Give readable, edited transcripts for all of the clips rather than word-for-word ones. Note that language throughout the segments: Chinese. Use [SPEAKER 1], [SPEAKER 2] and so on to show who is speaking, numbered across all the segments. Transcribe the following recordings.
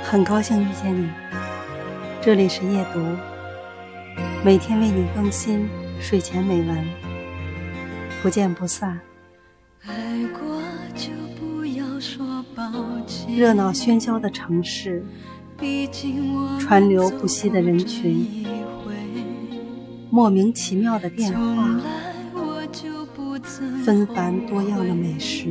[SPEAKER 1] 很高兴遇见你，这里是夜读，每天为你更新睡前美文，不见不散。热闹喧嚣的城市，川流不息的人群，莫名其妙的电话，纷繁多样的美食。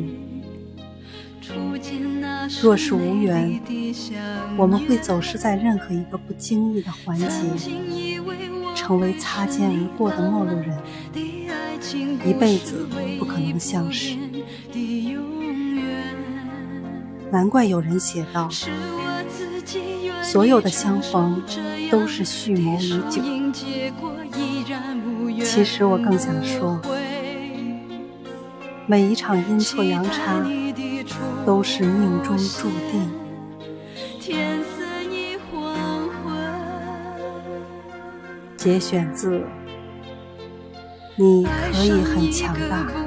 [SPEAKER 1] 若是无缘，我们会走失在任何一个不经意的环节，成为擦肩而过的陌路人，一辈子不可能相识。难怪有人写道，所有的相逢都是蓄谋已久。其实我更想说，每一场阴错阳差都是命中注定。节选自《你可以很强大》。